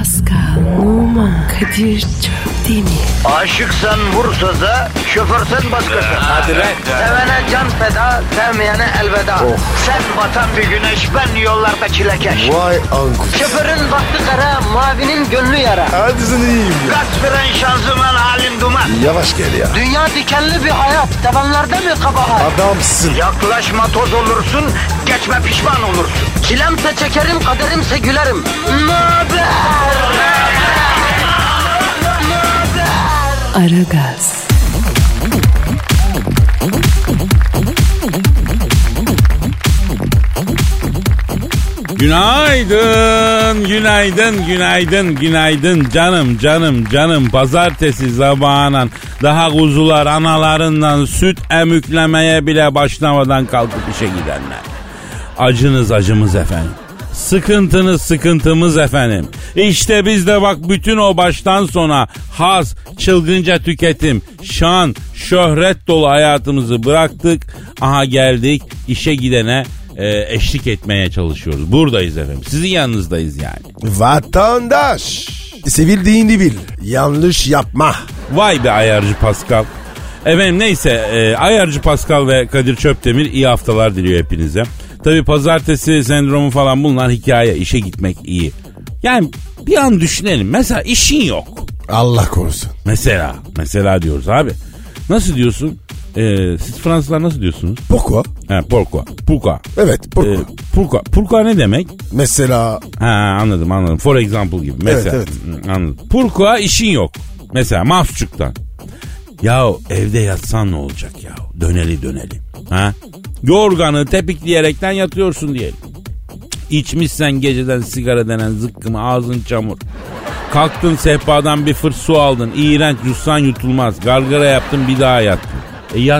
Pascal, Oman, Kadir çok değil mi? Aşıksan vursa da, şoförsen başkasın. Hadi lan. Sevene can feda, sevmeyene elveda. Sen batan bir güneş, ben yollarda çilekeş. Vay anku. Şoförün baktı kara, mavinin gönlü yara. Hadi sen iyiyim ya. Kasperen şanzıman halin duman. Yavaş gel ya. Dünya dikenli bir hayat, sevenlerde mi kabahar? Adamsın. Yaklaşma toz olursun, geçme pişman olursun. Çilemse çekerim, kaderimse gülerim. Möber! Aragaz. Günaydın, günaydın, günaydın, günaydın canım. Pazartesi zamanın daha kuzular analarından süt emüklemeye bile başlamadan kalkıp işe gidenler. Acınız acımız efendim. Sıkıntınız sıkıntımız efendim. İşte biz de bak bütün o baştan sona haz, çılgınca tüketim, şan, şöhret dolu hayatımızı bıraktık. Aha geldik işe gidene eşlik etmeye çalışıyoruz. Buradayız efendim. Sizin yanınızdayız yani. Vatandaş. Sevildiğini bil. Yanlış yapma. Vay be ayarcı Pascal. Efendim neyse ayarcı Pascal ve Kadir Çöptemir iyi haftalar diliyor hepinize. Tabii pazartesi sendromu falan bunlar hikaye. İşe gitmek iyi. Yani bir an düşünelim. Mesela işin yok. Allah korusun. Mesela diyoruz abi. Nasıl diyorsun? Siz Fransızlar nasıl diyorsunuz? Pourquoi? Pourquoi? Evet, pourquoi? Pourquoi ne demek? Mesela. Anladım. For example gibi. Mesela. Evet. Anladım. Pourquoi işin yok. Mesela mahsusçuktan. Ya evde yatsan ne olacak ya? Döneli. Ha? Yorganı tepikleyerekten yatıyorsun diyelim. İçmişsen geceden sigara denen zıkkımı, ağzın çamur. Kalktın sehpadan bir fırt su aldın. İğrenç, yutsan yutulmaz. Gargara yaptın bir daha yattın. Yat.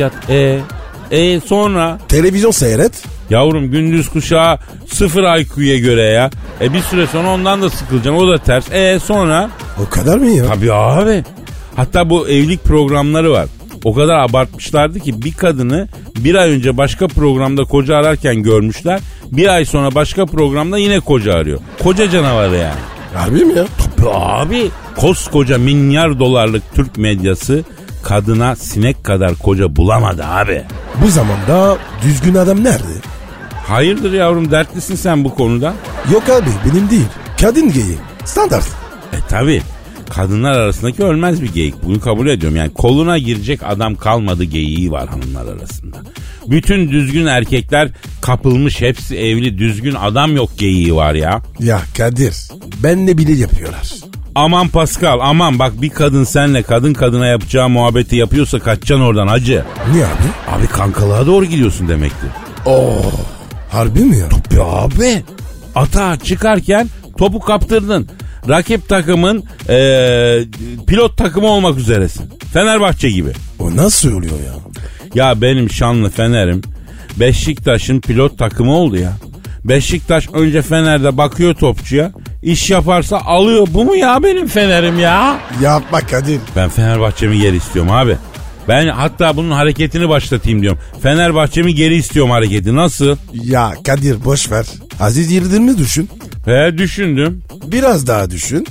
Sonra? Televizyon seyret. Yavrum gündüz kuşağı 0 IQ'ya göre ya. Bir süre sonra ondan da sıkılacaksın. O da ters. Sonra? O kadar mı ya? Tabii abi. Hatta bu evlilik programları var. O kadar abartmışlardı ki bir kadını bir ay önce başka programda koca ararken görmüşler. Bir ay sonra başka programda yine koca arıyor. Koca canavarı yani. Harbi mi ya? Tabii abi. Koskoca milyar dolarlık Türk medyası kadına sinek kadar koca bulamadı abi. Bu zamanda düzgün adam nerede? Hayırdır yavrum, dertlisin sen bu konuda? Yok abi, benim değil. Kadın geyiği. Standart. Tabii. Kadınlar arasındaki ölmez bir geyik. Bunu kabul ediyorum. Yani koluna girecek adam kalmadı geyiği var hanımlar arasında. Bütün düzgün erkekler kapılmış, hepsi evli, düzgün adam yok geyiği var ya. Ya Kadir, ben ne bile yapıyorlar. Aman Pascal aman, bak bir kadın senle kadın kadına yapacağı muhabbeti yapıyorsa kaçacaksın oradan hacı. Niye abi? Abi kankalığa doğru gidiyorsun demektir. Harbi mi ya? Tabii abi. Atağa çıkarken topu kaptırdın. Rakip takımın pilot takımı olmak üzeresin. Fenerbahçe gibi. O nasıl oluyor ya? Ya benim şanlı Fener'im Beşiktaş'ın pilot takımı oldu ya. Beşiktaş önce Fener'de bakıyor topçuya. İş yaparsa alıyor. Bu mu ya benim Fener'im ya? Yapma Kadir. Ben Fenerbahçe'mi geri istiyorum abi. Ben hatta bunun hareketini başlatayım diyorum. Fenerbahçe'mi geri istiyorum hareketi. Nasıl? Ya Kadir boş ver. Aziz Yıldırım'ı düşün. Düşündüm. Biraz daha düşün.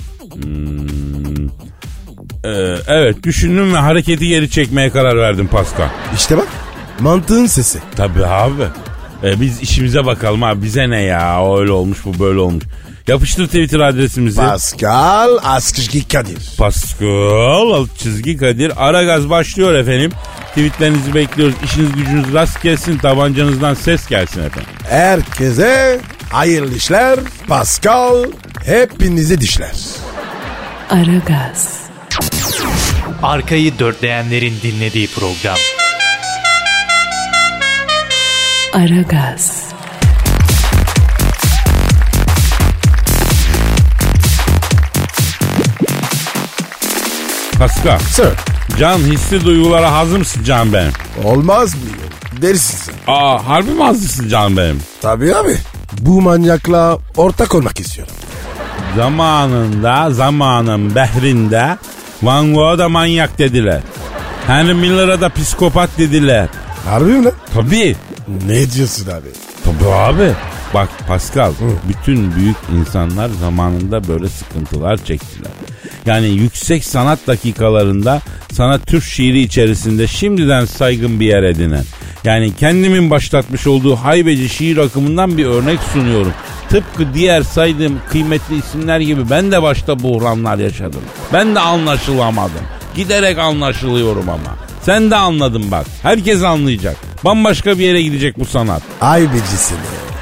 Evet düşündüm ve hareketi geri çekmeye karar verdim Pascal. İşte bak, mantığın sesi. Tabii abi. Biz işimize bakalım abi. Bize ne ya? Öyle olmuş, bu böyle olmuş. Yapıştır Twitter adresimizi. Pascal _ Kadir. Pascal _ Kadir. Aragaz başlıyor efendim. Tweetlerinizi bekliyoruz. İşiniz gücünüz rast gelsin. Tabancanızdan ses gelsin efendim. Herkese hayırlı işler. Pascal hepinizi dişler. Aragaz. Arkayı dörtleyenlerin dinlediği program. Aragaz. Pascal. Sir. Can hissi duygulara hazır mısın can benim? Olmaz mı? Dersin sen. Harbi mi hazırsın can benim? Tabii abi. Bu manyakla ortak olmak istiyorum. Zamanın behrinde Van Gogh'a da manyak dediler. Henry Miller'a da psikopat dediler. Harbi mi lan? Tabii. Ne diyorsun abi? Tabii abi. Bak Pascal, bütün büyük insanlar zamanında böyle sıkıntılar çektiler. Yani yüksek sanat dakikalarında sana Türk şiiri içerisinde şimdiden saygın bir yer edinen, yani kendimin başlatmış olduğu haybeci şiir akımından bir örnek sunuyorum. Tıpkı diğer saydığım kıymetli isimler gibi ben de başta buhranlar yaşadım. Ben de anlaşılamadım. Giderek anlaşılıyorum ama. Sen de anladın bak. Herkes anlayacak. Bambaşka bir yere gidecek bu sanat. Haybecisini.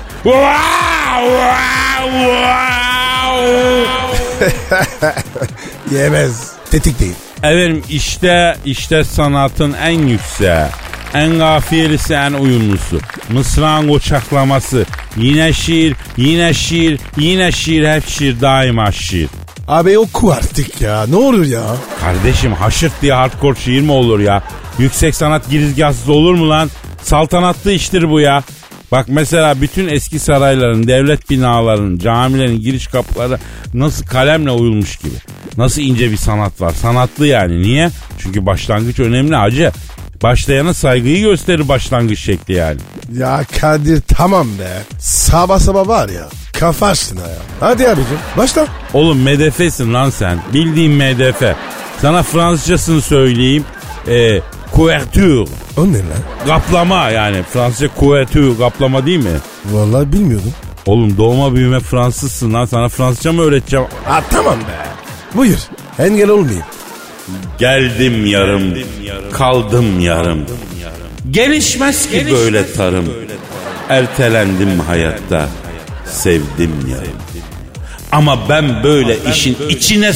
Yemez. Tetik değil. Efendim işte sanatın en yükseği, en gafiyelisi, en uyumlusu. Mısrağın koçaklaması. Yine şiir, yine şiir, yine şiir, hep şiir, daima şiir. Abi oku artık ya. Ne olur ya? Kardeşim haşırt diye hardcore şiir mi olur ya? Yüksek sanat girizgahsız olur mu lan? Saltanatlı iştir bu ya. Bak mesela bütün eski sarayların, devlet binalarının, camilerin giriş kapıları nasıl kalemle oyulmuş gibi. Nasıl ince bir sanat var. Sanatlı yani. Niye? Çünkü başlangıç önemli hacı. Başlayana saygıyı gösterir başlangıç şekli yani. Ya Kadir tamam be. Sabah var ya. Kafa açtın ya. Hadi abicim başla. Oğlum MDF'sin lan sen. Bildiğin MDF. Sana Fransızcasını söyleyeyim. Couverture. O ne lan? Kaplama yani. Fransızca couverture kaplama değil mi? Vallahi bilmiyordum. Oğlum doğma büyüme Fransızsın lan. Sana Fransızca mı öğreteceğim? Ha tamam be. Buyur. Engel olmayayım. Geldim yarım, kaldım yarım. Gelişmez ki böyle tarım. Ertelendim hayatta, sevdim yarım. Ama ben böyle işin içine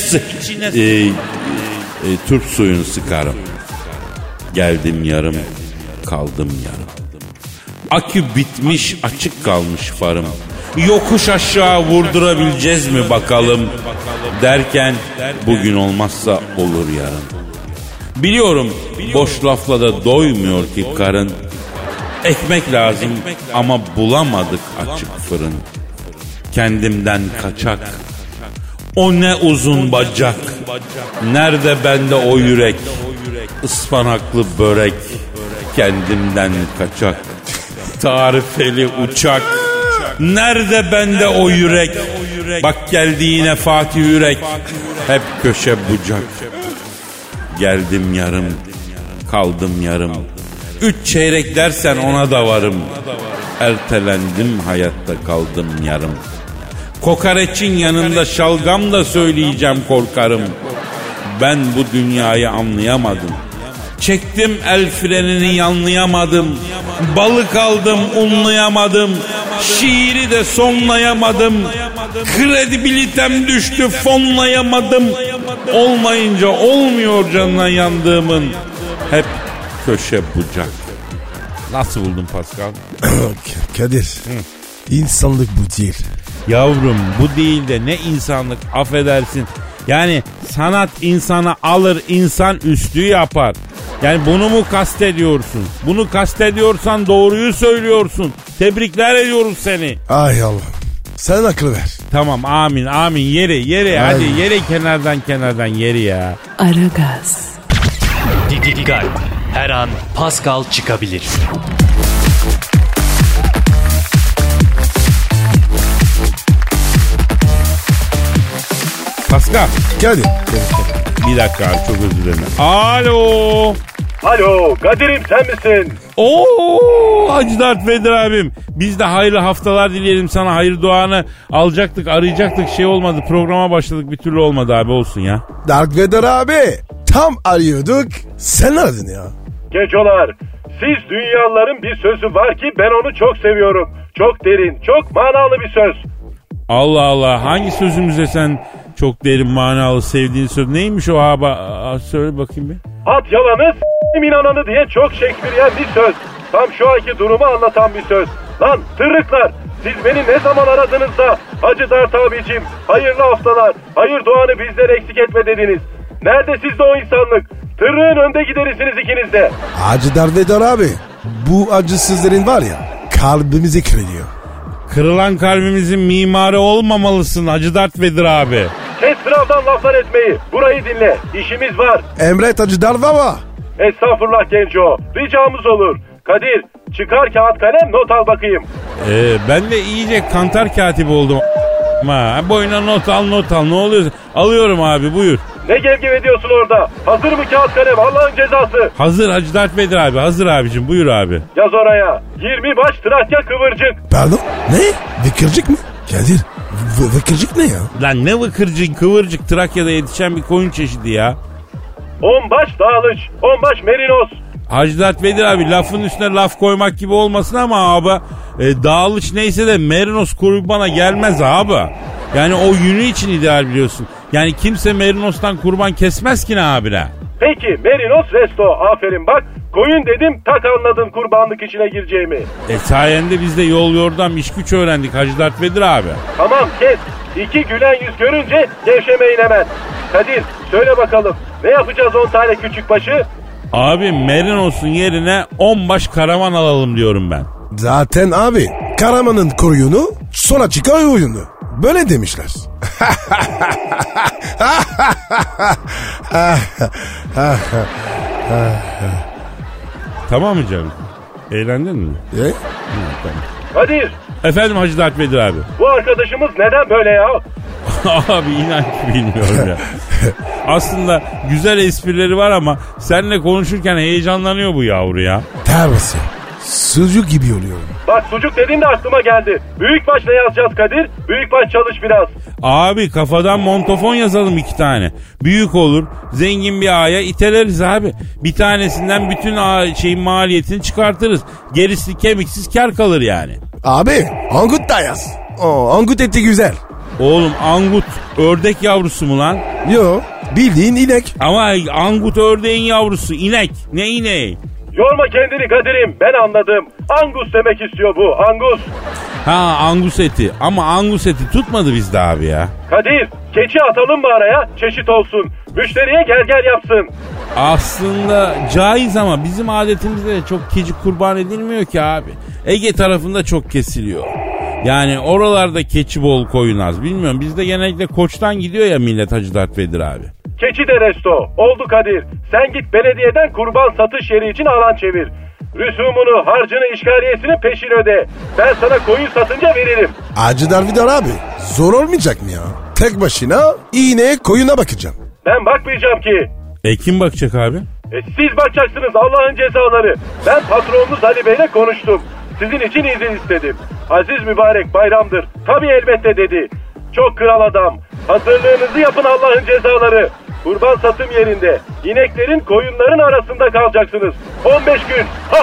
Türk suyunu sıkarım. Geldim yarım, kaldım yarım. Akü bitmiş, açık kalmış farım. Yokuş aşağı vurdurabileceğiz mi bakalım? Derken bugün olmazsa olur yarın. Biliyorum boş lafla da doymuyor ki karın. Ekmek lazım ama bulamadık açık fırın. Kendimden kaçak. O ne uzun bacak. Nerede bende o yürek? Ispanaklı börek. Kendimden kaçak. Tarifeli uçak. Nerede bende o yürek? Bak geldi yine Fatih Yürek. Hep köşe bucak. Geldim yarım, kaldım yarım. 3 çeyrek dersen ona da varım. Ertelendim hayatta kaldım yarım. Kokoreçin yanında şalgam da söyleyeceğim korkarım. Ben bu dünyayı anlayamadım. Çektim el frenini yanlayamadım. Balık aldım unlayamadım. Şiiri de sonlayamadım. Kredibilitem düştü fonlayamadım. Olmayınca olmuyor canına yandığımın. Hep köşe bucak. Nasıl buldun Pascal? Kadir. İnsanlık bu değil. Yavrum bu değil de ne insanlık, affedersin. Yani sanat insanı alır, insan üstü yapar. Yani bunu mu kastediyorsun? Bunu kastediyorsan doğruyu söylüyorsun. Tebrikler ediyoruz seni. Ay Allah. Sen akıl ver. Tamam amin yeri hadi yeri kenardan yeri ya. Aragaz. Dikkat. Her an Pascal çıkabilir. Pascal. Kadir. Bir dakika abi çok özür dilerim. Alo. Alo Kadir'im sen misin? Oo Hacı Dert Vedir abim. Biz de hayırlı haftalar dileyelim sana. Hayır duanı alacaktık, arayacaktık. Şey olmadı, programa başladık, bir türlü olmadı abi, olsun ya. Dark Vader abi. Tam arıyorduk. Sen aradın ya. Gencolar, siz dünyaların bir sözü var ki ben onu çok seviyorum. Çok derin, çok manalı bir söz. Allah Allah, hangi sözümüzde sen çok derin manalı sevdiğin söz neymiş o abi? Söyle bakayım bir. At yalanı s***im inananı diye çok Shakespearean bir söz. Tam şu anki durumu anlatan bir söz. Lan tırrıklar, siz beni ne zaman aradınız da Hacı Dert abicim hayırlı haftalar, hayır duanı bizden eksik etme dediniz. Nerede sizde o insanlık? Tırrığın önde giderisiniz ikiniz de. Hacı Darth Vader abi. Bu acısızların var ya kalbimizi kırıyor. Kırılan kalbimizin mimarı olmamalısın Hacı Dert Vedir abi. Kes sınavdan laflar etmeyi. Burayı dinle. İşimiz var. Emret Hacı Darth baba. Estağfurullah Genco. Ricamız olur. Kadir Çıkar kağıt kalem not al bakayım. Ben de iyice kantar katibi oldum. Boyuna not al ne oluyor? Alıyorum abi, buyur. Ne gevgev ediyorsun orada? Hazır mı kağıt kalem, Allah'ın cezası? Hazır Hacı Dert Vedir abi, hazır abicim, buyur abi. Yaz oraya 20 baş Trakya kıvırcık. Pardon? Ne? Vıkırcık mı? Kadir, vıkırcık ne ya? Lan ne vıkırcık kıvırcık, Trakya'da yetişen bir koyun çeşidi ya. 10 baş dağılış, 10 baş merinos. Hacı Dert Vedir abi, lafın üstüne laf koymak gibi olmasın ama abi dağılış neyse de merinos kurbana gelmez abi. Yani o yünü için ideal biliyorsun. Yani kimse merinostan kurban kesmez ki ne abine. Peki merinos resto, aferin bak. Koyun dedim tak anladın kurbanlık içine gireceğimi. Sayende biz de yol yordam iş güç öğrendik Hacı Dert Vedir abi. Tamam kes. 2 gülen yüz görünce gevşemeyin hemen. Kadir söyle bakalım ne yapacağız 10 tane küçük başı? Abi merinos'un yerine 10 baş karavan alalım diyorum ben. Zaten abi Karaman'ın koyunu sonra çıkar oyunu. Böyle demişler. Tamam mı canım? Eğlendin mi? Tamam. Kadir Efendim Hacı Dert Vedir abi. bu arkadaşımız neden böyle ya? Abi inan ki bilmiyorum ya. Aslında güzel esprileri var ama seninle konuşurken heyecanlanıyor bu yavru ya. Terbiyesi. Sucuk gibi oluyor. Bak sucuk dediğin de aklıma geldi. Büyükbaş ne yazacağız Kadir? Büyükbaş çalış biraz. Abi kafadan montofon yazalım 2 tane. Büyük olur. Zengin bir ağaya iteleriz abi. Bir tanesinden bütün şeyin maliyetini çıkartırız. Gerisi kemiksiz kar kalır yani. Abi angut da yaz. Angut eti güzel. Oğlum angut ördek yavrusu mu lan? Yo bildiğin inek. Ama angut ördeğin yavrusu. İnek. Ne ineği? Yorma kendini Kadir'im, ben anladım. Angus demek istiyor bu, Angus. Ha angus eti. Ama angus eti tutmadı bizde abi ya. Kadir keçi atalım mı araya, çeşit olsun. Müşteriye gel yapsın. Aslında caiz ama bizim adetimizde de çok keçi kurban edilmiyor ki abi. Ege tarafında çok kesiliyor. Yani oralarda keçi bol, koyun az. Bilmiyorum, bizde genellikle Koç'tan gidiyor ya millet Hacı Dert Vedir abi. Keçi de resto. Oldu Kadir. Sen git belediyeden kurban satış yeri için alan çevir. Rüsumunu, harcını, işgaliyesini peşin öde. Ben sana koyun satınca veririm. Hacı Darvidar abi zor olmayacak mı ya? Tek başına iğneye koyuna bakacağım. Ben bakmayacağım ki. Kim bakacak abi? Siz bakacaksınız Allah'ın cezaları. Ben patronunuz Ali Bey'le konuştum. Sizin için izin istedim. Aziz mübarek bayramdır. Tabii elbette dedi. Çok kral adam. Hazırlığınızı yapın Allah'ın cezaları. Kurban satım yerinde. İneklerin koyunların arasında kalacaksınız. 15 gün.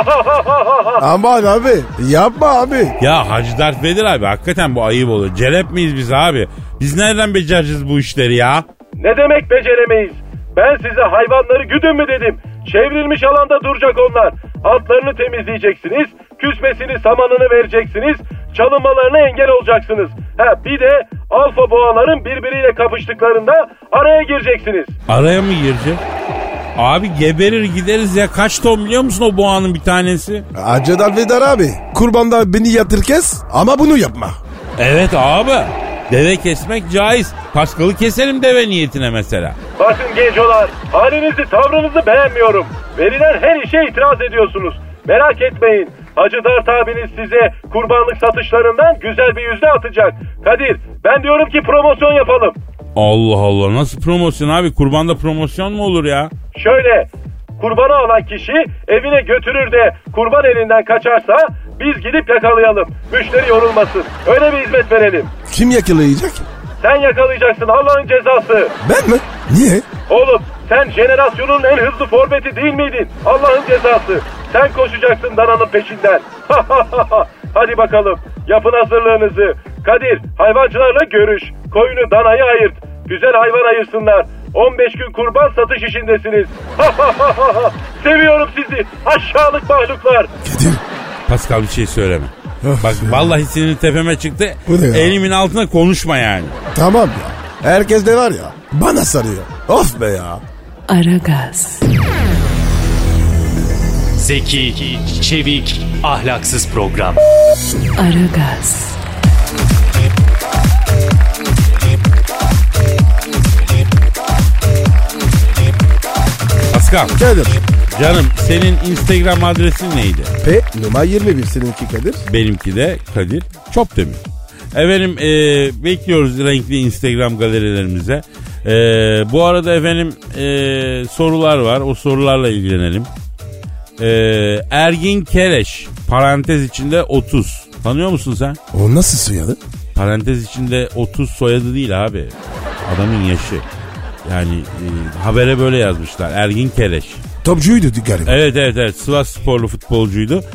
Aman abi yapma abi. Ya Hacı Dert Vedir abi hakikaten bu ayıp olur. Celep miyiz biz abi? Biz nereden becereceğiz bu işleri ya? Ne demek beceremeyiz? Ben size hayvanları güdün mü dedim. Çevrilmiş alanda duracak onlar. Altlarını temizleyeceksiniz. Küsmesini, samanını vereceksiniz. Çalınmalarına engel olacaksınız. Bir de alfa boğaların birbiriyle kapıştıklarında araya gireceksiniz. Araya mı girecek? Abi geberir gideriz ya. Kaç ton biliyor musun o boğanın bir tanesi? Hacı Darvidar abi kurbanda beni yatır kes ama bunu yapma. Evet abi. Deve kesmek caiz. Paskalı keselim deve niyetine mesela. Bakın gencolar, halinizi, tavrınızı beğenmiyorum. Verilen her işe itiraz ediyorsunuz. Merak etmeyin. Hacı Dert abiniz size kurbanlık satışlarından güzel bir yüzde atacak. Kadir, ben diyorum ki promosyon yapalım. Allah Allah, nasıl promosyon abi? Kurbanda promosyon mu olur ya? Şöyle, kurbanı alan kişi evine götürür de kurban elinden kaçarsa biz gidip yakalayalım. Müşteri yorulmasın. Öyle bir hizmet verelim. Kim yakalayacak? Sen yakalayacaksın, Allah'ın cezası. Ben mi? Niye? Oğlum sen jenerasyonun en hızlı forveti değil miydin? Allah'ın cezası. Sen koşacaksın dananın peşinden. Hadi bakalım yapın hazırlığınızı. Kadir, hayvancılarla görüş. Koyunu danayı ayırt. Güzel hayvan ayırsınlar. 15 gün kurban satış işindesiniz. Seviyorum sizi aşağılık mahluklar. Kadir. Pascal bir şey söyleme. Bak vallahi sinirim tepeme çıktı. Elimin altına konuşma yani. Tamam ya. Herkes de var ya bana sarıyor. Of be ya. Aragaz. Zeki, çevik, ahlaksız program. Aragaz. Pascal. Kadir. Canım senin Instagram adresin neydi? P numara 21 seninki Kadir. Benimki de Kadir Çopdemir. Efendim bekliyoruz renkli Instagram galerilerimize. Bu arada efendim sorular var. O sorularla ilgilenelim. Ergin Kereş parantez içinde 30. Tanıyor musun sen? O nasıl soyadı? Parantez içinde 30 soyadı değil abi. Adamın yaşı. Yani habere böyle yazmışlar. Ergin Kereş. Topçuydu galiba. Evet. Sivas sporlu futbolcuydu.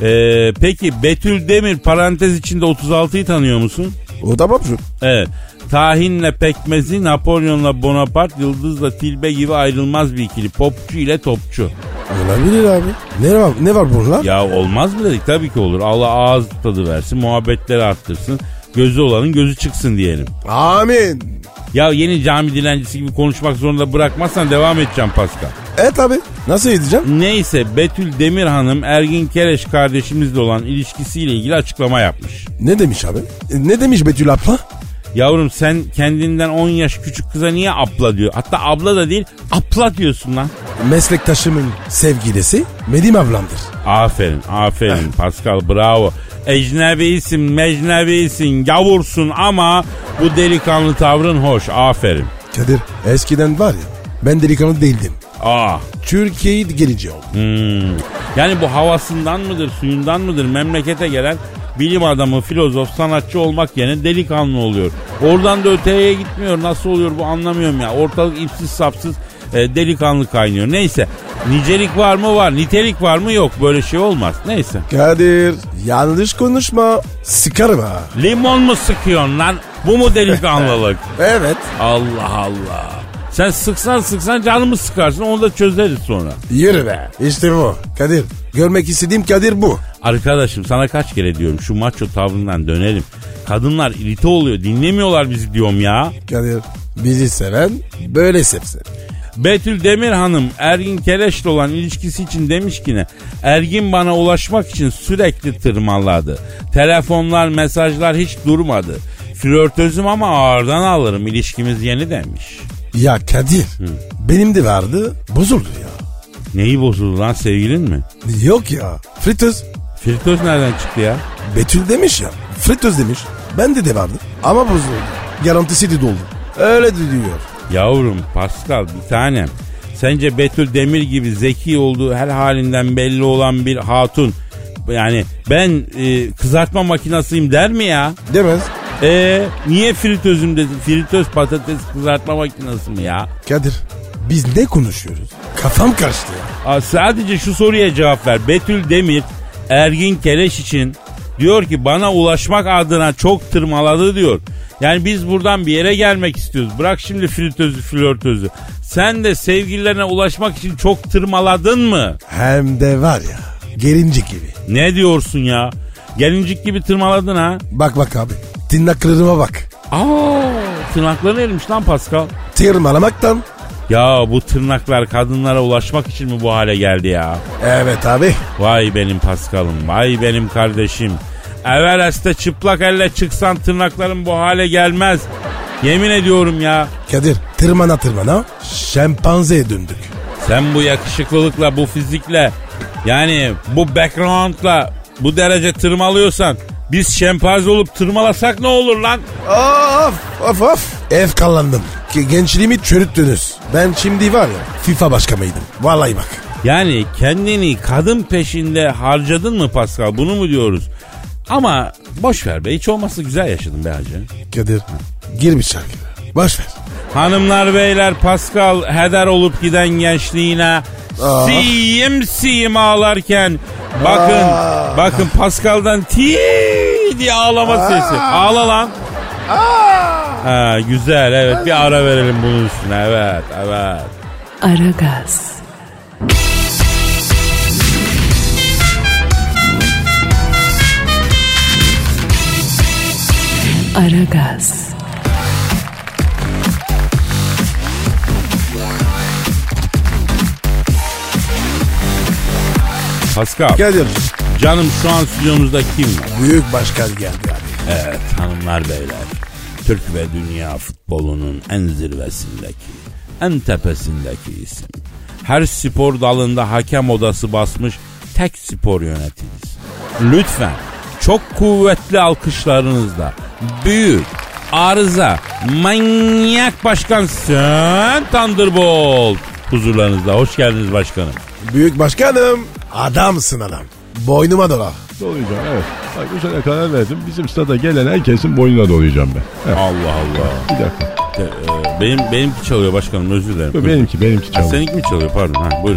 Peki Betül Demir parantez içinde 36'yı tanıyor musun? O da topçu. Evet. Tahinle pekmezi, Napolyon'la Bonaparte, Yıldız'la Tilbe gibi ayrılmaz bir ikili. Popçu ile topçu. Olabilir abi. Ne var bunlar? Ya olmaz mı dedik? Tabii ki olur. Allah ağız tadı versin, muhabbetleri arttırsın. Gözü olanın gözü çıksın diyelim. Amin. Ya yeni cami dilencisi gibi konuşmak zorunda bırakmazsan devam edeceğim Pascal. Evet abi. Nasıl edeceğim? Neyse Betül Demir Hanım Ergin Kereş kardeşimizle olan ilişkisiyle ilgili açıklama yapmış. Ne demiş abi? Ne demiş Betül abla? Yavrum sen kendinden 10 yaş küçük kıza niye abla diyor? Hatta abla da değil abla diyorsun lan. Meslektaşımın sevgilisi Medim ablamdır. Aferin Pascal bravo. Ecnebisin, mecnebisin, gavursun ama bu delikanlı tavrın hoş. Aferin. Kadir eskiden var ya ben delikanlı değildim. Türkiye'yi gelici oldum. Yani bu havasından mıdır, suyundan mıdır memlekete gelen bilim adamı, filozof, sanatçı olmak yerine delikanlı oluyor. Oradan da öteye gitmiyor. Nasıl oluyor bu anlamıyorum ya. Ortalık ipsiz sapsız delikanlı kaynıyor. Neyse nicelik var mı var, nitelik var mı yok. Böyle şey olmaz. Neyse. Kadir yanlış konuşma. Sıkarım ha. Limon mu sıkıyorsun lan? Bu mu delikanlılık? Evet. Allah. Sen sıksan canımı sıkarsın onu da çözeriz sonra. Yürü be. İşte bu. Kadir. Görmek istediğim Kadir bu. Arkadaşım sana kaç kere diyorum şu maço tavrından dönelim. Kadınlar irite oluyor dinlemiyorlar bizi diyorum ya. Kadir bizi seven böyle sevsin. Betül Demir Hanım Ergin Kereş'le olan ilişkisi için demiş ki ne? Ergin bana ulaşmak için sürekli tırmaladı. Telefonlar, mesajlar hiç durmadı. Flörtözüm ama ağırdan alırım ilişkimiz yeni demiş. Ya Kadir benim de vardı bozuldu ya. Neyi bozuldu lan sevgilin mi? Yok ya fritöz. Fritöz nereden çıktı ya? Betül demiş ya fritöz demiş. Bende de vardı ama bozuldu. Garantisi de doldu. Öyle de diyor. Yavrum Pascal bir tanem. Sence Betül Demir gibi zeki olduğu her halinden belli olan bir hatun yani ben kızartma makinasıyım der mi ya? Demez. Niye fritözüm dedin? Fritöz patates kızartma makinası mı ya? Kadir biz ne konuşuyoruz? Kafam karıştı ya. Sadece şu soruya cevap ver. Betül Demir Ergin Kereş için diyor ki bana ulaşmak adına çok tırmaladı diyor. Yani biz buradan bir yere gelmek istiyoruz. Bırak şimdi fritözü flörtözü. Sen de sevgililerine ulaşmak için çok tırmaladın mı? Hem de var ya gelincik gibi. Ne diyorsun ya? Gelincik gibi tırmaladın ha? Bak abi tırnaklarıma bak. Tırnakların erimiş lan Pascal. Tırmalamaktan. Ya bu tırnaklar kadınlara ulaşmak için mi bu hale geldi ya? Evet abi. Vay benim Pascal'ım, vay benim kardeşim. Everest'te çıplak elle çıksan tırnakların bu hale gelmez. Yemin ediyorum ya. Kadir tırmana şempanzeye döndük. Sen bu yakışıklılıkla, bu fizikle, yani bu background'la bu derece tırmalıyorsan biz şempanze olup tırmalasak ne olur lan? Of. Efkallandım. Gençliğimi çürüttünüz. Ben şimdi var ya FIFA başkanıydım. Vallahi bak. Yani kendini kadın peşinde harcadın mı Pascal? Bunu mu diyoruz? Ama boş ver be. Hiç olmazsa güzel yaşadın be hacı. Kadir gir bir şarkı. Boş ver. Hanımlar beyler Pascal heder olup giden gençliğine siyim ağlarken bakın Pascal'dan diye ağlama sesi. Ağla lan. Güzel evet bir ara verelim bunun üstüne evet. Aragaz. Aragaz. Pascal. Kadir. Canım şu an stüdyomuzda kim var? Büyük başkan geldi abi. Evet hanımlar beyler. Türk ve dünya futbolunun en zirvesindeki, en tepesindeki isim. her spor dalında hakem odası basmış tek spor yöneticisi. Lütfen çok kuvvetli alkışlarınızla büyük, arıza, manyak başkan Sen Thunderbolt huzurlarınızda. Hoş geldiniz başkanım. Büyük başkanım. Adamsın adam. Boynuma dola. Dolayacağım evet. Bak bu sene karar verdim. Bizim stada gelen herkesin boynuna dolayacağım ben. Evet. Allah Allah. Bir dakika. Benimki çalıyor başkanım, özür dilerim. Benimki çalıyor. Seninki mi çalıyor, pardon, buyurun.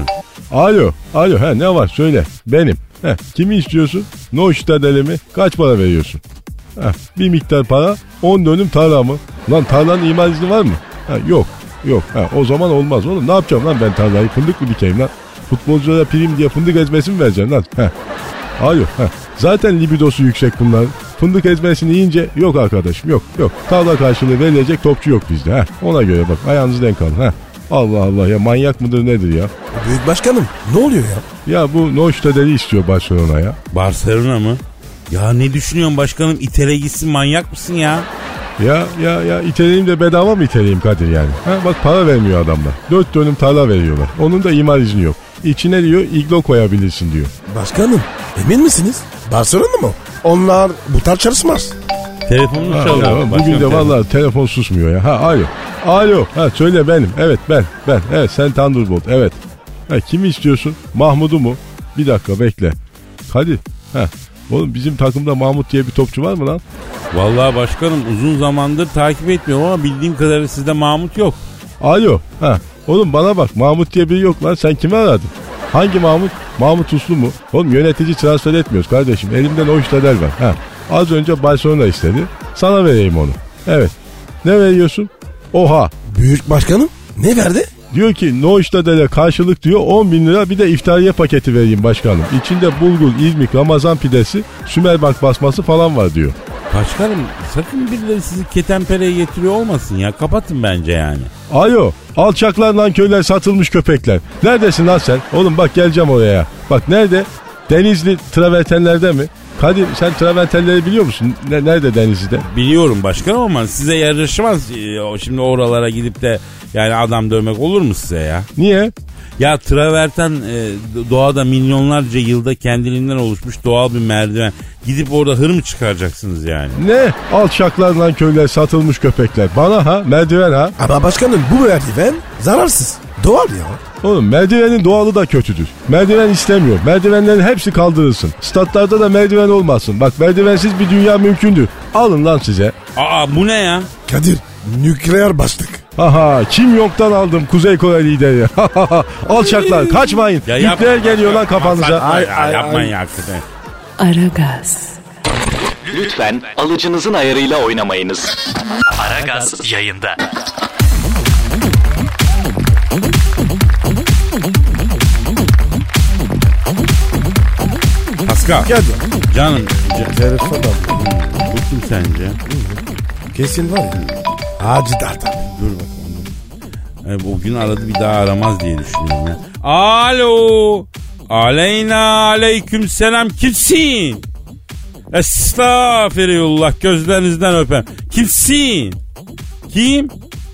Alo ne var söyle. Benim. Kimi istiyorsun? Noştadeli mi? Kaç para veriyorsun? Bir miktar para, 10 dönüm tarla mı? Lan tarlanın imar izni var mı? Yok. O zaman olmaz oğlum. Ne yapacağım lan ben tarlayı? Fındık mı dikeyim lan? Futbolculara prim diye fındık ezmesi mi vereceksin lan? Alo. Zaten libidosu yüksek bunlar. Fındık ezmesini yiyince yok arkadaşım yok. Tarla karşılığı verilecek topçu yok bizde. Ona göre bak ayağınızı denk alın. Allah Allah ya, manyak mıdır nedir ya? Büyük başkanım ne oluyor ya? Ya bu Noştadeli istiyor Barcelona ya. Barcelona mı? Ya ne düşünüyorsun başkanım? İtele gitsin, manyak mısın ya? Ya iteleyim de bedava mı iteleyim Kadir yani? Bak para vermiyor adamlar. 4 dönüm tarla veriyorlar. Onun da imar izni yok. İçine diyor iglo koyabilirsin diyor. Başkanım emin misiniz? Barcelona mı? Onlar bu tarz çalışmaz. Telefonunu çalıyor. Bugün de vallahi telefon susmuyor ya. Alo. Söyle benim. Evet ben. Evet sen Thunderbolt. Evet. Kimi istiyorsun? Mahmut'u mu? Bir dakika bekle. Kadir. Oğlum bizim takımda Mahmut diye bir topçu var mı lan? Vallahi başkanım uzun zamandır takip etmiyorum ama bildiğim kadarıyla sizde Mahmut yok. Alo. Oğlum bana bak, Mahmut diye biri yok lan. Sen kimi aradın? Hangi Mahmut? Mahmut Uslu mu? Oğlum yönetici transfer etmiyoruz kardeşim. Elimde Noştadel var. Az önce Barcelona istedi. Sana vereyim onu. Evet. Ne veriyorsun? Oha. Büyük başkanım ne verdi? Diyor ki Noştadel'e karşılık diyor 10 bin lira bir de iftariye paketi vereyim başkanım. İçinde bulgur, irmik, Ramazan pidesi, Sümerbank basması falan var diyor. Başkanım sakın birileri sizi ketenpereye getiriyor olmasın ya. Kapatın bence yani. Alo. Alçaklar lan köyler, satılmış köpekler. Neredesin lan sen? Oğlum bak geleceğim oraya. Bak nerede? Denizli travertenlerde mi? Kadir sen travertenleri biliyor musun? Nerede Denizli'de? Biliyorum başkanım ama size yarışmaz. Şimdi oralara gidip de yani adam dövmek olur mu size ya? Niye? Ya traverten doğada milyonlarca yılda kendiliğinden oluşmuş doğal bir merdiven. Gidip orada hır mı çıkaracaksınız yani? Ne? Alçaklar lan köyler, satılmış köpekler. Bana merdiven Ama başkanım bu merdiven zararsız. Doğal ya. Oğlum merdivenin doğalı da kötüdür. Merdiven istemiyor. Merdivenlerin hepsi kaldırılsın. Statlarda da merdiven olmasın. Bak merdivensiz bir dünya mümkündür. Alın lan size. Bu ne ya? Kadir nükleer başlık. Kim Jong'dan aldım Kuzey Kore lideri. Alçaklar kaçmayın. Nükleer geliyor lan kafanıza. Yapmayın ya hakikaten. Aragaz. Lütfen alıcınızın ayarıyla oynamayınız. Aragaz yayında. Pascal. Geldi. Canım. Telefon aldı. Bu kim sence? Kesin var ya. Hacı Dert abi. Dur bakalım. Bugün aradı bir daha aramaz diye düşünüyorum ya. Alo. Aleyna aleyküm selam. Kimsin? Estağfirullah, gözlerinizden öpem. Kimsin? Kim?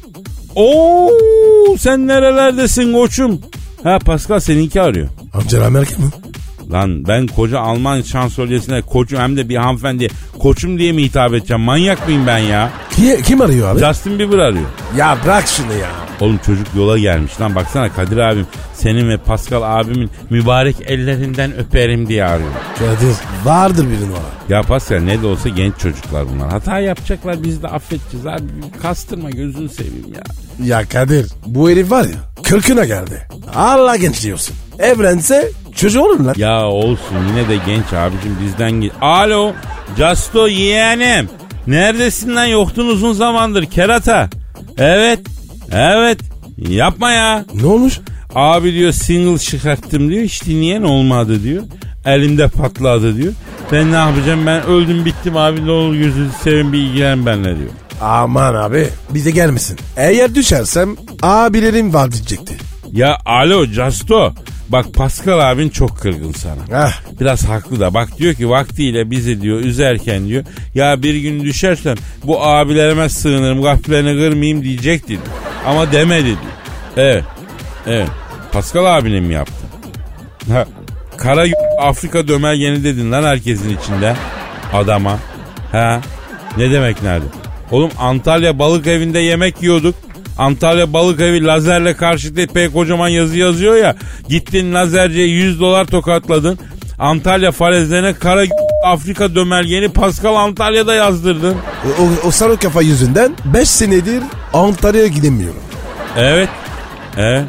Sen nerelerdesin koçum? Pascal seninki arıyor. Angela Merkel mi? Lan ben koca Alman şansölyesine koçum hem de bir hanımefendi koçum diye mi hitap edeceğim? Manyak mıyım ben ya? Kim arıyor abi? Justin Bieber arıyor. Ya bırak şunu ya. Oğlum çocuk yola gelmiş lan, baksana Kadir abim senin ve Pascal abimin mübarek ellerinden öperim diye arıyor. Kadir vardır bir numara. Ya Pascal ne de olsa genç çocuklar bunlar. Hata yapacaklar, biz de affedeceğiz abi. Kastırma gözünü seveyim ya. Ya Kadir bu herif var ya 40'ına geldi. Allah genç diyorsun. Evlense çocuğu olurlar. Ya olsun yine de genç abicim, bizden git. Alo Justo yeğenim. Neredesin lan, yoktun uzun zamandır kerata. Evet yapma ya. Ne olmuş? Abi diyor single çıkarttım diyor, hiç dinleyen olmadı diyor. Elimde patladı diyor. Ben ne yapacağım, ben öldüm bittim abi, ne olur gözünü sevin bir ilgilen benimle diyor. Aman abi bize gelmesin. Eğer düşersem abilerim var diyecekti. Ya alo Justo. Bak Pascal abin çok kırgın sana. Biraz haklı da. Bak diyor ki vaktiyle bizi diyor üzerken diyor. Ya bir gün düşersem bu abilerime sığınırım, kalplerini kırmayayım diyecekti diyor. Ama demedi diyor. Evet. Pascal abine mi yaptın? Ha, kara Afrika dömergeni dedin lan herkesin içinde. Adama. Ha? Ne demek nerede? Oğlum Antalya Balık Evi'nde yemek yiyorduk. Antalya Balık Evi lazerle karşı tepeye kocaman yazı yazıyor ya. Gittin lazerciye $100 tokatladın. Antalya falezlerine kara Afrika dömergeni Pascal Antalya'da yazdırdın. O sarı kafa yüzünden 5 senedir Antalya'ya gidemiyorum. Evet. Evet.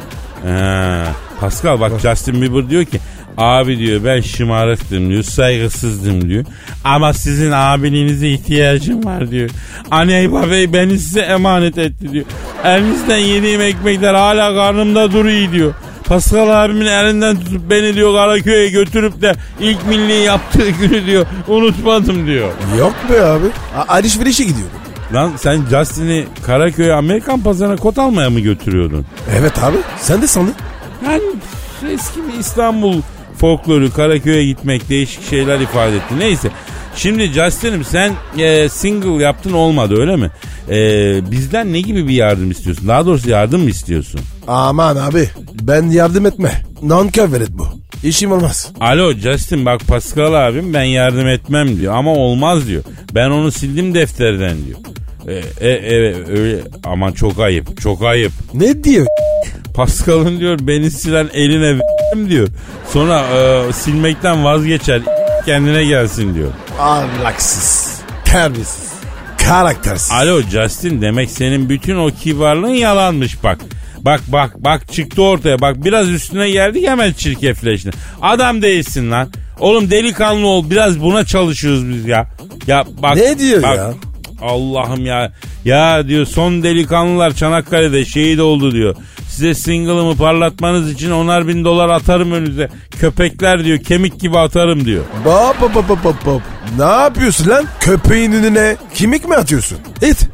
Pascal bak Justin Bieber diyor ki abi diyor ben şımarıktım diyor, saygısızdım diyor. Ama sizin abiliğinize ihtiyacım var diyor. Anne babayı beni size emanet etti diyor. Elinizden yediğim ekmekler hala karnımda duruyor diyor. Pascal abimin elinden tutup beni diyor Karaköy'e götürüp de ilk milli yaptığı günü diyor unutmadım diyor. Yok be abi. Alışverişe gidiyordum. Lan sen Justin'i Karaköy'e Amerikan pazarına kot almaya mı götürüyordun? Evet abi. Sen de sandın. Yani eski bir İstanbul folkloru Karaköy'e gitmek değişik şeyler ifade etti. Neyse. Şimdi Justin'im sen single yaptın olmadı öyle mi? Bizden ne gibi bir yardım istiyorsun? Daha doğrusu yardım mı istiyorsun? Aman abi ben yardım etme. Non-kör velet bu. İşim olmaz. Alo Justin bak Pascal abim ben yardım etmem diyor ama olmaz diyor. Ben onu sildim defterden diyor. Evet öyle aman çok ayıp çok ayıp. Ne diyor? Pascal'ın diyor beni silen eline diyor. Sonra silmekten vazgeçer kendine gelsin diyor. Ahlaksız, terbiyesiz, karaktersiz. Alo Justin demek senin bütün o kibarlığın yalanmış bak. Bak çıktı ortaya bak biraz üstüne geldik hemen çirkefleştin. Adam değilsin lan. Oğlum delikanlı ol biraz buna çalışıyoruz biz ya. Ya bak. Ne diyor bak, ya? Allah'ım ya. Ya diyor son delikanlılar Çanakkale'de şehit oldu diyor. Size single'ımı parlatmanız için $10,000 atarım önünüze. Köpekler diyor kemik gibi atarım diyor. Bop. Ne yapıyorsun lan? Köpeğin önüne kemik mi atıyorsun? İt.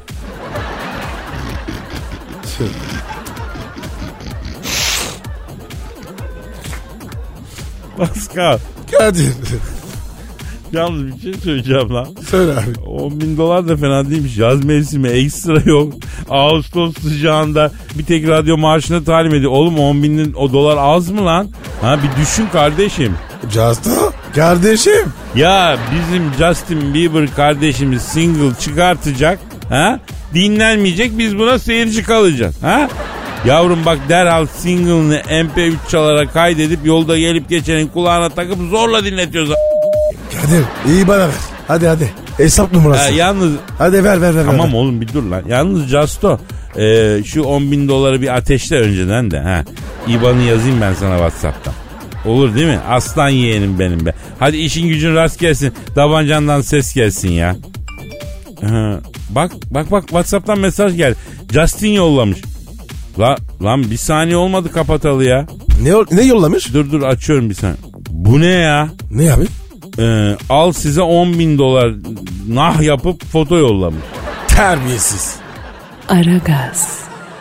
Pascal. Kadir. Yalnız bir şey söyleyeceğim lan. Söyle abi. $10,000 da fena değilmiş. Yaz mevsimi ekstra yok. Ağustos sıcağında bir tek radyo maaşını talim ediyor. Oğlum 10.000 o dolar az mı lan? Ha bir düşün kardeşim. Justin kardeşim. Ya bizim Justin Bieber kardeşimiz single çıkartacak. Ha? Dinlenmeyecek biz buna seyirci kalacağız. Ha? Yavrum bak derhal single'ını MP3 çalarak kaydedip yolda gelip geçenin kulağına takıp zorla dinletiyoruz. Kadir iyi bana ver. Hadi. Hesap numarası. Yalnız. Hadi ver. Tamam oğlum bir dur lan. Yalnız Justo şu $10,000 bir ateşle önceden de. Ha. İBAN'ı yazayım ben sana WhatsApp'tan. Olur değil mi? Aslan yeğenim benim be. Hadi işin gücün rast gelsin. Tabancandan ses gelsin ya. Bak WhatsApp'tan mesaj geldi. Justin yollamış. Lan bir saniye olmadı kapatalı ya. Ne yollamış? Dur açıyorum bir saniye. Bu ne ya? Ne abi? Al size $10,000 nah yapıp foto yollamış. Terbiyesiz. Aragaz.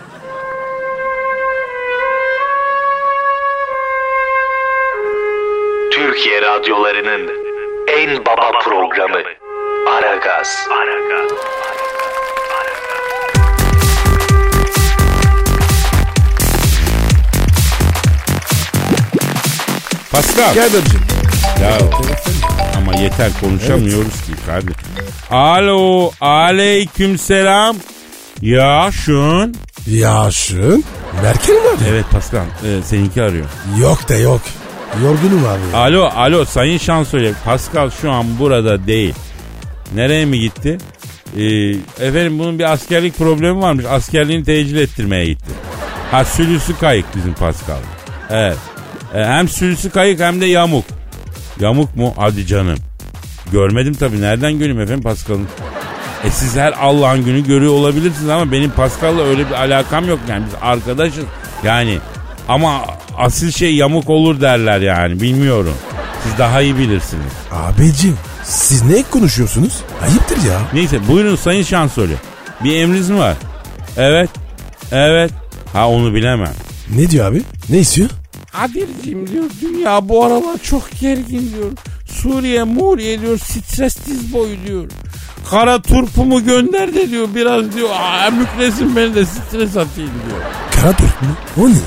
Türkiye radyolarının en baba programı Aragaz. Pascal. Gel babacığım. Ya ama yeter konuşamıyoruz ki kardeşim. Alo aleykümselam. Yaşın. Merkel mi arıyor? Evet Pascal seninki arıyor. Yok. Yorgunum abi. Alo sayın şansölye. Pascal şu an burada değil. Nereye mi gitti? Efendim bunun bir askerlik problemi varmış. Askerliğini tecil ettirmeye gitti. Sülüsü kayık bizim Pascal. Evet. Hem sülüsü kayık hem de yamuk. Yamuk mu? Hadi canım. Görmedim tabii. Nereden göreyim efendim Pascal'ın? Siz her Allah'ın günü görüyor olabilirsiniz ama benim Pascal'la öyle bir alakam yok. Yani biz arkadaşız. Yani ama asıl şey yamuk olur derler yani. Bilmiyorum. Siz daha iyi bilirsiniz. Abicim siz ne konuşuyorsunuz? Ayıptır ya. Neyse buyurun sayın şansölye. Bir emriniz mi var? Evet. Onu bilemem. Ne diyor abi? Ne istiyor? Kadir'cim diyor dünya bu aralar çok gergin diyor. Suriye diyor stres diz boyu diyor. Kara turpumu gönder de diyor biraz diyor mükresin beni de stres atayım diyor. Kara turp mu? O ne ya?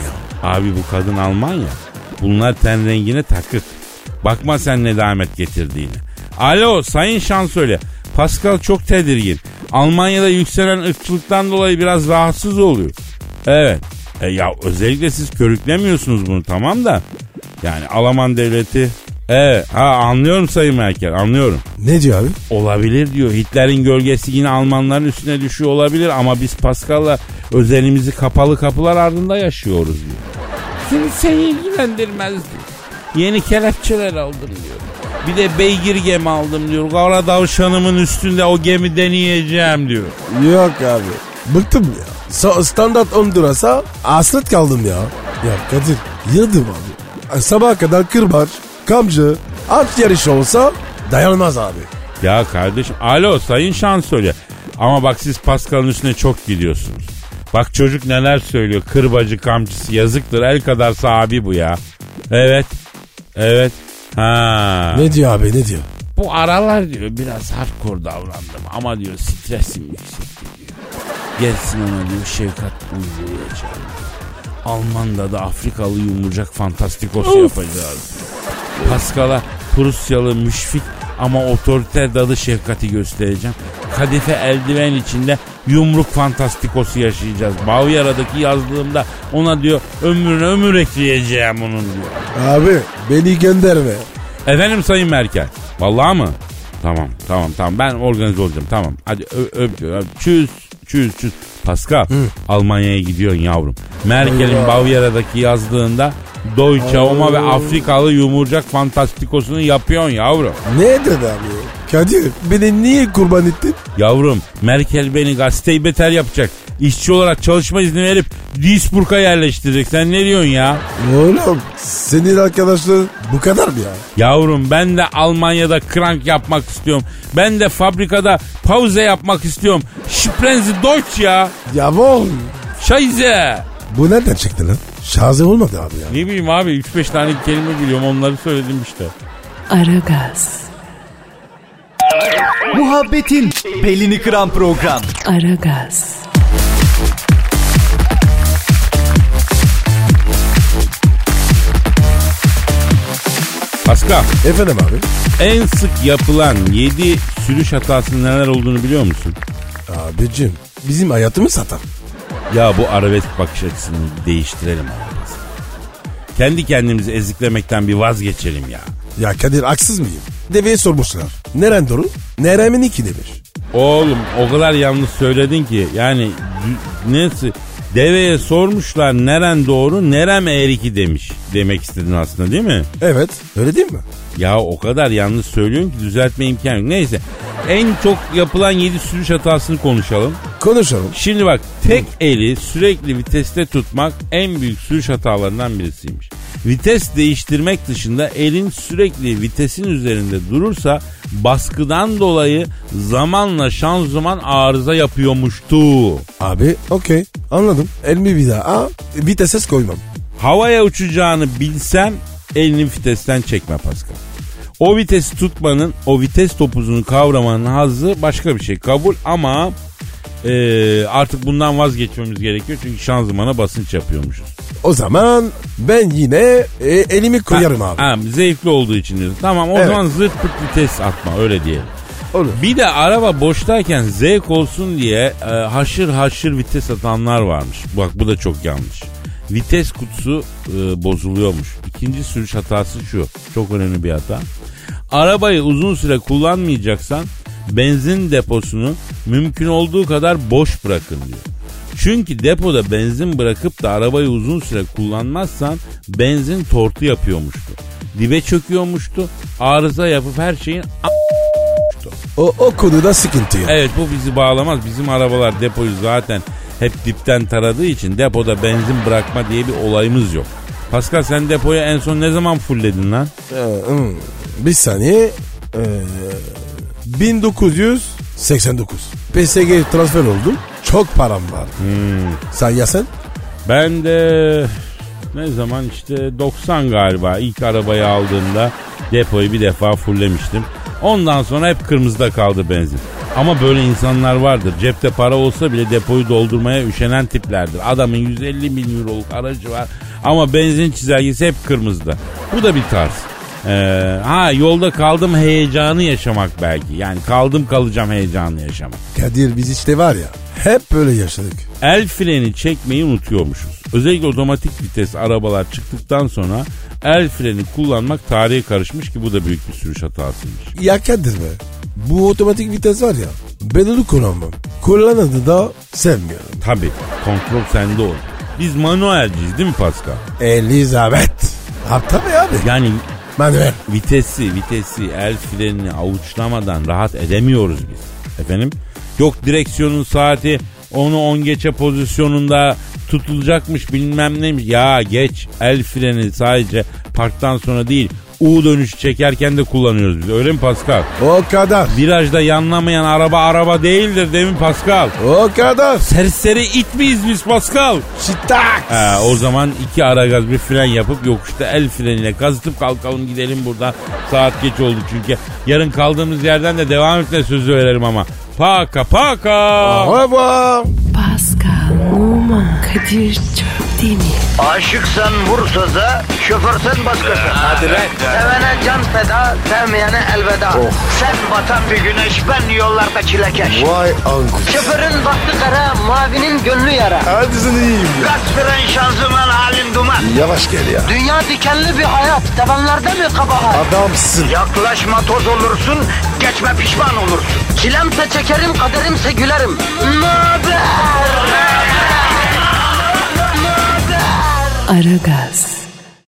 Abi bu kadın Almanya. Bunlar ten rengine takık. Bakma sen nedamet getirdiğini. Alo sayın şansölye. Pascal çok tedirgin. Almanya'da yükselen ırkçılıktan dolayı biraz rahatsız oluyor. Evet. Ya özellikle siz körüklemiyorsunuz bunu, tamam da. Yani Alman devleti. Evet. Anlıyorum sayın Merkel, anlıyorum. Ne diyor abi? Olabilir diyor. Hitler'in gölgesi yine Almanların üstüne düşüyor olabilir ama biz Pascal'la özelimizi kapalı kapılar ardında yaşıyoruz diyor. Seni ilgilendirmez diyor. Yeni kelepçeler aldım diyor. Bir de beygir gemi aldım diyor. Kara Tavşanımın üstünde o gemi deneyeceğim diyor. Yok abi. Bıktım ya. Standart Honduras'a hasret kaldım ya. Ya Kadir yıldım abi. Sabaha kadar kırbaç, kamcı, at yarışı olsa dayanmaz abi. Ya kardeşim alo sayın şansölye. Ama bak siz Pascal'ın üstüne çok gidiyorsunuz. Bak çocuk neler söylüyor. Kırbacı kamçısı yazıktır. El kadar sahibi bu ya. Evet. Evet. Ha. Ne diyor abi ne diyor? Bu aralar diyor biraz hardcore davrandım ama diyor stresim yüksekti diyor. Gelsin ona diyor şefkat uygulayacağım. Alman'da da Afrikalı yumurcak fantastikosu yapacağız. Pascal'a Prusyalı müşfik ama otoriter dadı şefkati göstereceğim. Kadife eldiven içinde yumruk fantastikosu yaşayacağız. Bavyera'daki yazlığımda ona diyor ömrüne ömür ekleyeceğim onun diyor. Abi beni gönderme. Efendim sayın Merkel. Vallahi mı? Tamam ben organize olacağım tamam. Hadi öp. Çüz. Pascal Almanya'ya gidiyorsun yavrum. Merkel'in Bavyera'daki yazlığında Deutsche Oma ve Afrikalı yumurcak fantastikosunu yapıyorsun yavrum. Ne dedi abi? Kadir beni niye kurban ettin? Yavrum Merkel beni gazeteyi beter yapacak. İşçi olarak çalışma izni verip Duisburg'a yerleştirecek. Sen ne diyorsun ya? Oğlum senin arkadaşların bu kadar mı ya? Yavrum ben de Almanya'da krank yapmak istiyorum. Ben de fabrikada pauze yapmak istiyorum. Sprenzi Deutsch ya. Yavrum. Scheiße. Bu nereden çıktı lan? Şaze olmadı abi ya. Ne bileyim abi 3-5 tane kelime biliyorum onları söyledim işte. Aragaz. Muhabbetin belini kıran program. Aragaz. Pascal. Efendim abi? En sık yapılan 7 sürüş hatasının neler olduğunu biliyor musun? Abicim bizim hayatımı satan. Ya bu arabesk bakış açısını değiştirelim abi. Kendi kendimizi eziklemekten bir vazgeçelim ya. Ya Kadir haksız mıyım? Deveye sormuşlar. Neren doğru? Neremin iki demiş. Oğlum o kadar yanlış söyledin ki yani nasıl deveye sormuşlar neren doğru nerem eğriki demiş demek istedin aslında değil mi? Evet öyle değil mi? Ya o kadar yanlış söylüyorsun ki düzeltme imkanı yok. Neyse en çok yapılan 7 sürüş hatasını konuşalım. Konuşalım. Şimdi bak tek eli sürekli viteste tutmak en büyük sürüş hatalarından birisiymiş. Vites değiştirmek dışında elin sürekli vitesin üzerinde durursa baskıdan dolayı zamanla şanzıman arıza yapıyormuştu. Abi okey anladım. Elimi bir daha vitese koymam. Havaya uçacağını bilsem elini vitesten çekme Pascal. O vitesi tutmanın, o vites topuzunu kavramanın hazzı başka bir şey. Kabul ama artık bundan vazgeçmemiz gerekiyor. Çünkü şanzımana basınç yapıyormuşuz. O zaman ben yine elimi koyarım abi. Zevkli olduğu için diyorsun. Tamam o zaman zırt pırt vites atma öyle diyelim. Olur. Bir de araba boştayken zevk olsun diye haşır haşır vites atanlar varmış. Bak bu da çok yanlış. Vites kutusu bozuluyormuş. İkinci sürüş hatası şu. Çok önemli bir hata. Arabayı uzun süre kullanmayacaksan benzin deposunu mümkün olduğu kadar boş bırakın diyor. Çünkü depoda benzin bırakıp da arabayı uzun süre kullanmazsan benzin tortu yapıyormuştu. Dibe çöküyormuştu. Arıza yapıp her şeyin O konuda sıkıntı ya. Evet bu bizi bağlamaz. Bizim arabalar depoyu zaten hep dipten taradığı için depoda benzin bırakma diye bir olayımız yok. Pascal sen depoyu en son ne zaman fullledin lan? Bir saniye. 1989. PSG transfer oldum. Çok param var. Sen ya sen? Ben de ne zaman işte 90 galiba ilk arabayı aldığımda depoyu bir defa fulllemiştim. Ondan sonra hep kırmızıda kaldı benzin. Ama böyle insanlar vardır. Cepte para olsa bile depoyu doldurmaya üşenen tiplerdir. Adamın 150 bin euroluk aracı var. Ama benzin çizelgesi hep kırmızıda. Bu da bir tarz. Yolda kaldım heyecanı yaşamak belki. Yani kaldım kalacağım heyecanı yaşamak. Kadir biz işte var ya hep böyle yaşadık. El freni çekmeyi unutuyormuşuz. Özellikle otomatik vites arabalar çıktıktan sonra el freni kullanmak tarihe karışmış ki bu da büyük bir sürüş hatasıymış. Ya Kadir be, bu otomatik vites var ya, ben onu kullanmam. Kullananı da sevmiyorum. Tabii kontrol sende olur. Biz manuelciyiz değil mi Pascal? Elizabeth. Tabii abi. Yani manuel. Vitesi, el frenini avuçlamadan rahat edemiyoruz biz. Efendim? Yok direksiyonun saati onu 10 geçe pozisyonunda tutulacakmış bilmem neymiş. Ya geç, el freni sadece parktan sonra değil U dönüşü çekerken de kullanıyoruz biz. Öyle mi Pascal? O kadar. Virajda yanlamayan araba değildir değil mi Pascal? O kadar. Serseri it miyiz biz Pascal? Şitak. O zaman 2 ara gaz bir fren yapıp yokuşta el freniyle kazıtıp kalkalım gidelim buradan. Saat geç oldu çünkü. Yarın kaldığımız yerden de devam etme sözü verelim ama. Paka. Au revoir. Pascal, Oman, Kadir çok değil mi? Aşıksan vursa da, şoförsen başkasın. Hadi lan. Sevene can feda, sevmeyene elveda. Sen batan bir güneş, ben yollarda çilekeş. Vay anku. Şoförün baktı kara, mavinin gönlü yara. Hadi sen iyiyim ya. Kasperen şanzıman halin duman. Yavaş gel ya. Dünya dikenli bir hayat, sevenlerde mi kabahar? Adamsın. Yaklaşma toz olursun, geçme pişman olursun. Çilemse çekerim, kaderimse gülerim. Möber! Aragaz.